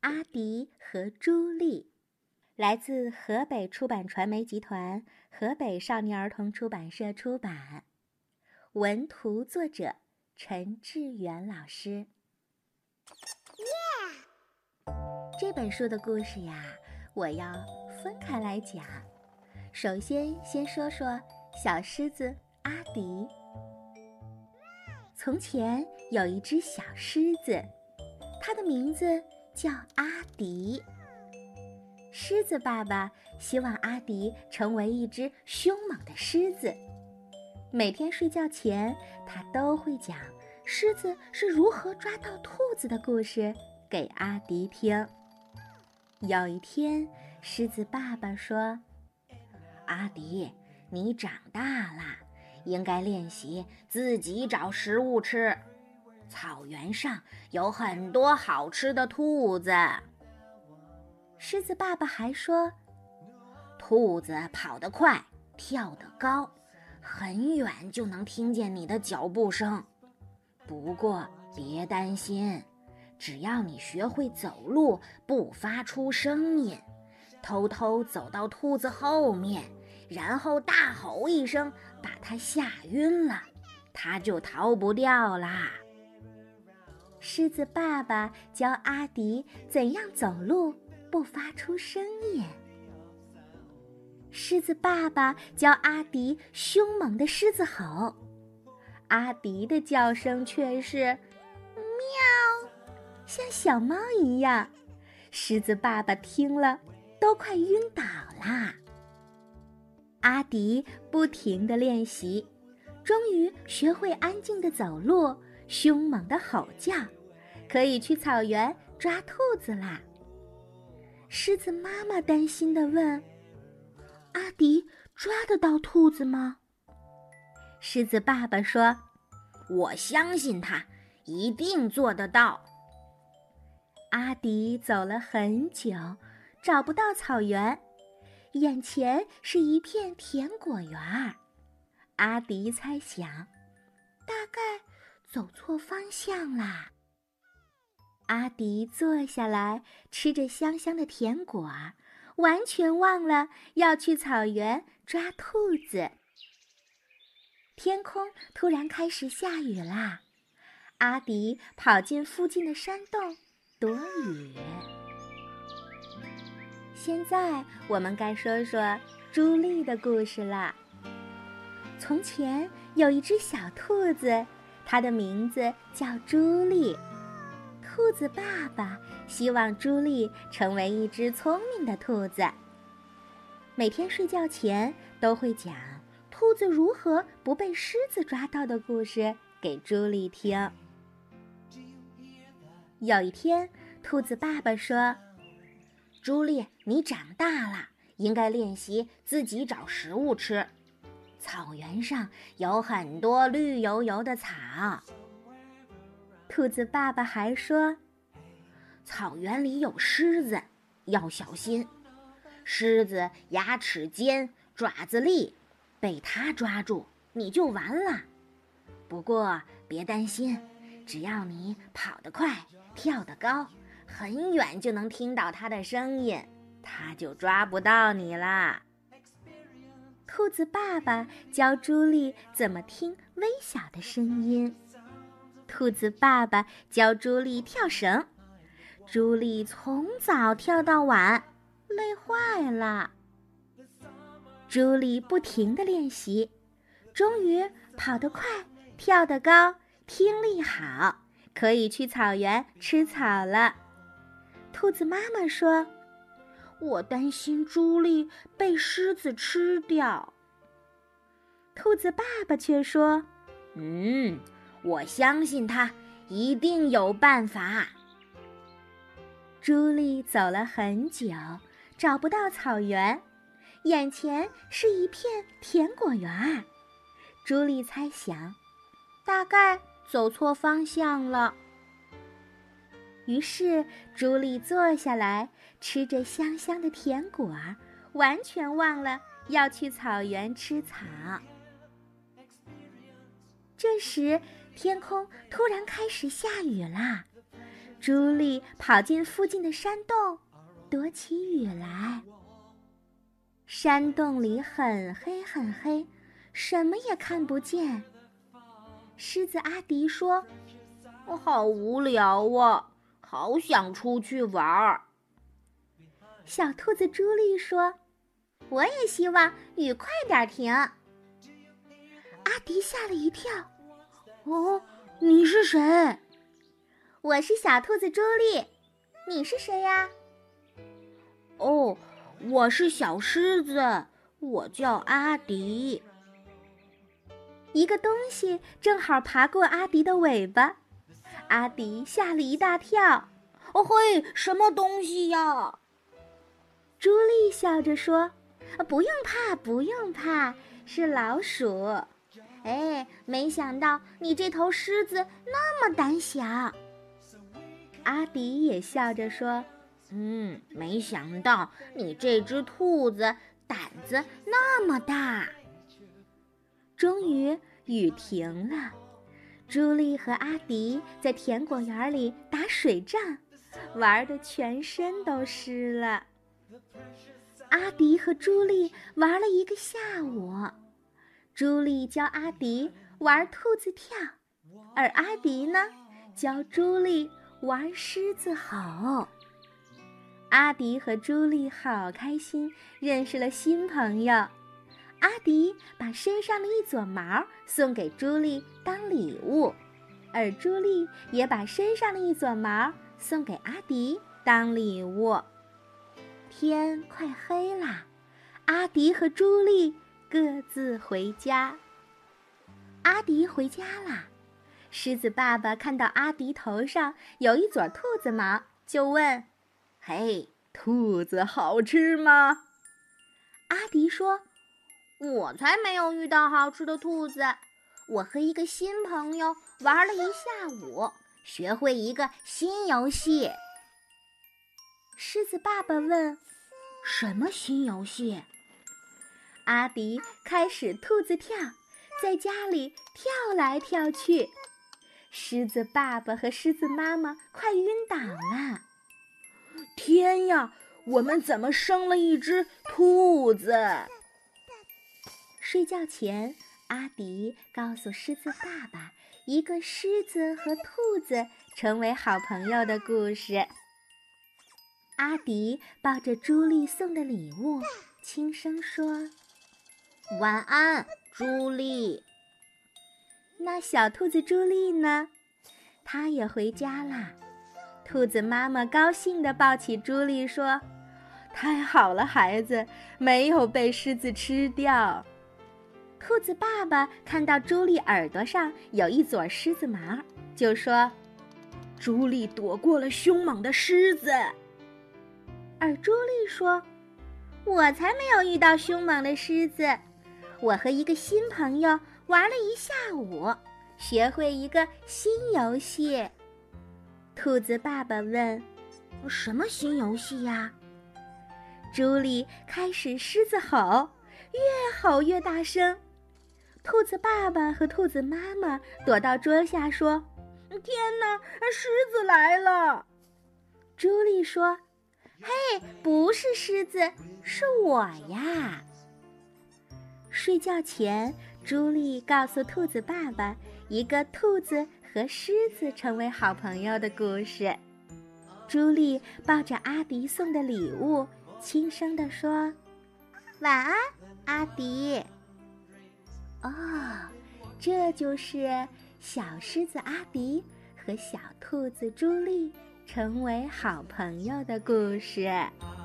阿迪和朱莉，来自河北出版传媒集团、河北少年儿童出版社出版。文图作者陈志远老师。这本书的故事呀，我要分开来讲。首先说说小狮子阿迪。从前有一只小狮子，它的名字叫阿迪。狮子爸爸希望阿迪成为一只凶猛的狮子。每天睡觉前，他都会讲狮子是如何抓到兔子的故事给阿迪听。有一天，狮子爸爸说：“阿迪，你长大了，应该练习自己找食物吃。草原上有很多好吃的兔子。”狮子爸爸还说，兔子跑得快，跳得高，很远就能听见你的脚步声。不过别担心，只要你学会走路，不发出声音，偷偷走到兔子后面，然后大吼一声，把它吓晕了，它就逃不掉啦。狮子爸爸教阿迪怎样走路不发出声音。狮子爸爸教阿迪凶猛的狮子吼，阿迪的叫声却是喵，像小猫一样。狮子爸爸听了都快晕倒啦。阿迪不停地练习，终于学会安静地走路，凶猛地吼叫，可以去草原抓兔子啦。狮子妈妈担心地问：“阿迪抓得到兔子吗？”狮子爸爸说：“我相信他一定做得到。”阿迪走了很久，找不到草原，眼前是一片甜果园。阿迪猜想，大概走错方向啦。阿迪坐下来，吃着香香的甜果，完全忘了要去草原抓兔子。天空突然开始下雨啦，阿迪跑进附近的山洞躲雨。现在我们该说说朱莉的故事啦。从前有一只小兔子，它的名字叫朱莉。兔子爸爸希望朱莉成为一只聪明的兔子。每天睡觉前都会讲兔子如何不被狮子抓到的故事给朱莉听。有一天，兔子爸爸说：“朱莉，你长大了，应该练习自己找食物吃。草原上有很多绿油油的草。”兔子爸爸还说：“草原里有狮子，要小心。狮子牙齿尖，爪子利，被它抓住你就完了。不过别担心，只要你跑得快，跳得高，很远就能听到它的声音，它就抓不到你啦。”兔子爸爸教朱莉怎么听微小的声音。兔子爸爸教朱莉跳绳，朱莉从早跳到晚，累坏了。朱莉不停地练习，终于跑得快，跳得高，听力好，可以去草原吃草了。兔子妈妈说：“我担心朱莉被狮子吃掉。”兔子爸爸却说：“我相信他一定有办法。”朱莉走了很久，找不到草原，眼前是一片甜果园。朱莉猜想，大概走错方向了。于是朱莉坐下来，吃着香香的甜果，完全忘了要去草原吃草。这时天空突然开始下雨啦， 朱莉跑进附近的山洞，躲起雨来。山洞里很黑很黑，什么也看不见。狮子阿迪说：“我好无聊啊，好想出去玩儿。”小兔子朱莉说：“我也希望雨快点停。”阿迪吓了一跳：“哦，你是谁？”“我是小兔子朱莉，你是谁呀？”“哦，我是小狮子，我叫阿迪。”一个东西正好爬过阿迪的尾巴，阿迪吓了一大跳。“哦嘿，什么东西呀？”朱莉笑着说：“不用怕，不用怕，是老鼠。哎，没想到你这头狮子那么胆小。”阿迪也笑着说：“没想到你这只兔子胆子那么大。”终于雨停了，朱莉和阿迪在甜果园里打水仗，玩得全身都湿了。阿迪和朱莉玩了一个下午，朱莉教阿迪玩兔子跳，而阿迪呢，教朱莉玩狮子吼。阿迪和朱莉好开心，认识了新朋友。阿迪把身上的一撮毛送给朱莉当礼物，而朱莉也把身上的一撮毛送给阿迪当礼物。天快黑了，阿迪和朱莉各自回家。阿迪回家了，狮子爸爸看到阿迪头上有一撮兔子毛，就问：“嘿，兔子好吃吗？”阿迪说：“我才没有遇到好吃的兔子，我和一个新朋友玩了一下午，学会一个新游戏。”狮子爸爸问：“什么新游戏？”阿迪开始兔子跳，在家里跳来跳去。狮子爸爸和狮子妈妈快晕倒了。“天呀，我们怎么生了一只兔子？”睡觉前，阿迪告诉狮子爸爸一个狮子和兔子成为好朋友的故事。阿迪抱着朱莉送的礼物，轻声说：“晚安，朱莉。”那小兔子朱莉呢？她也回家啦。兔子妈妈高兴地抱起朱莉说：“太好了，孩子，没有被狮子吃掉。”兔子爸爸看到朱莉耳朵上有一撮狮子毛，就说：“朱莉躲过了凶猛的狮子。”而朱莉说：“我才没有遇到凶猛的狮子，我和一个新朋友玩了一下午，学会一个新游戏。”兔子爸爸问：“什么新游戏呀？”朱莉开始狮子吼，越吼越大声。兔子爸爸和兔子妈妈躲到桌下说：“天哪，狮子来了！”朱莉说：“嘿，不是狮子，是我呀。”睡觉前，朱莉告诉兔子爸爸一个兔子和狮子成为好朋友的故事。朱莉抱着阿迪送的礼物，轻声地说：“晚安，阿迪。”哦，这就是小狮子阿迪和小兔子朱莉成为好朋友的故事。